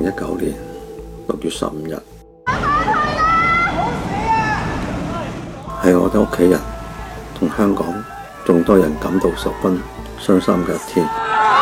2019年6月15日，係我哋屋企人同香港眾多人感到十分傷心嘅一天。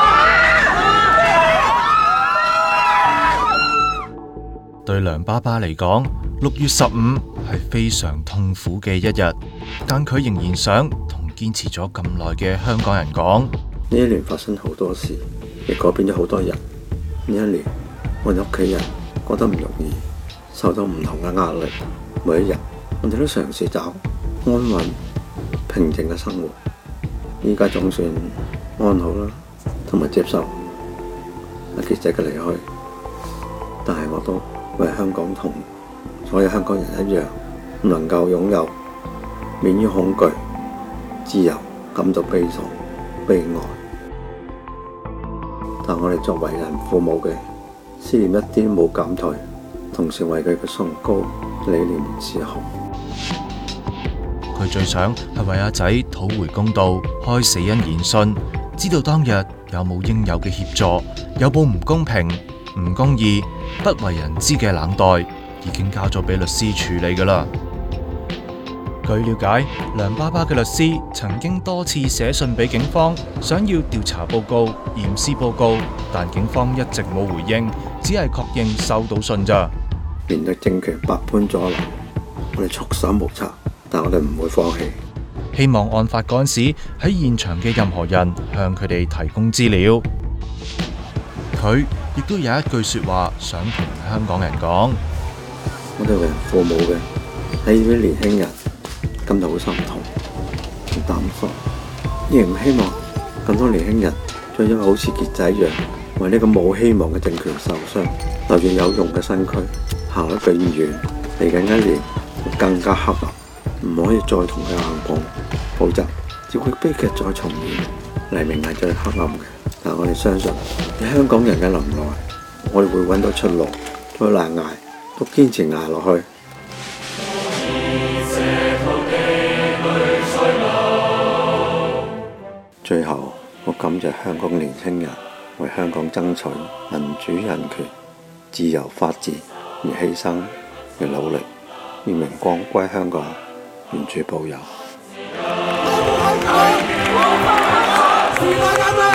對梁爸爸嚟講，6月15係非常痛苦嘅一日，但佢仍然想同堅持咗咁耐嘅香港人講： 呢一年發生好多事，亦改變咗好多人。呢一年，我哋屋企人覺得唔容易，受到唔同嘅壓力。每一日，我哋都嘗試找安穩、平靜嘅生活。依家總算安好啦，同埋接受阿傑仔嘅離開。但係我都為香港同所有香港人一樣，唔能夠擁有免於恐懼、自由，感到悲痛、悲哀。但我哋作為人父母嘅，思念一啲冇減退，同時為佢嘅崇高理念自豪。 佢最想係為阿仔討回公道，開死因研訊，知道當日有冇應有嘅協助，有冇唔公平、唔公義、不為人知嘅冷待，已經交咗俾律師處理㗎喇。據了解，梁爸爸嘅律師曾經多次寫信俾警方，想要調查報告、驗屍報告，但警方一直冇回應，只係確認收到信咋。 面對政權百般阻撓，我哋束手無策，但我哋唔會放棄。 希望案發嗰陣時喺現場嘅任何人向佢哋提供資料。佢亦都有一句說話想同香港人講： 我哋為人父母嘅，喺呢啲年輕人感到好心痛、好擔心，亦唔希望更多年輕人再因為好似傑仔一樣，為呢個冇希望嘅政權受傷，留住有用嘅身軀，行得更遠。嚟緊一年會更加黑暗，唔可以再同佢硬碰，否則只會悲劇再重演。黎明係最黑暗嘅，但我哋相信喺香港人嘅能耐，我哋會揾到出路。再難捱都堅持捱落去。最後，我感謝香港年輕人為香港爭取民主、人權、自由、法治而犧牲嘅努力，願榮光歸香港，原主保佑。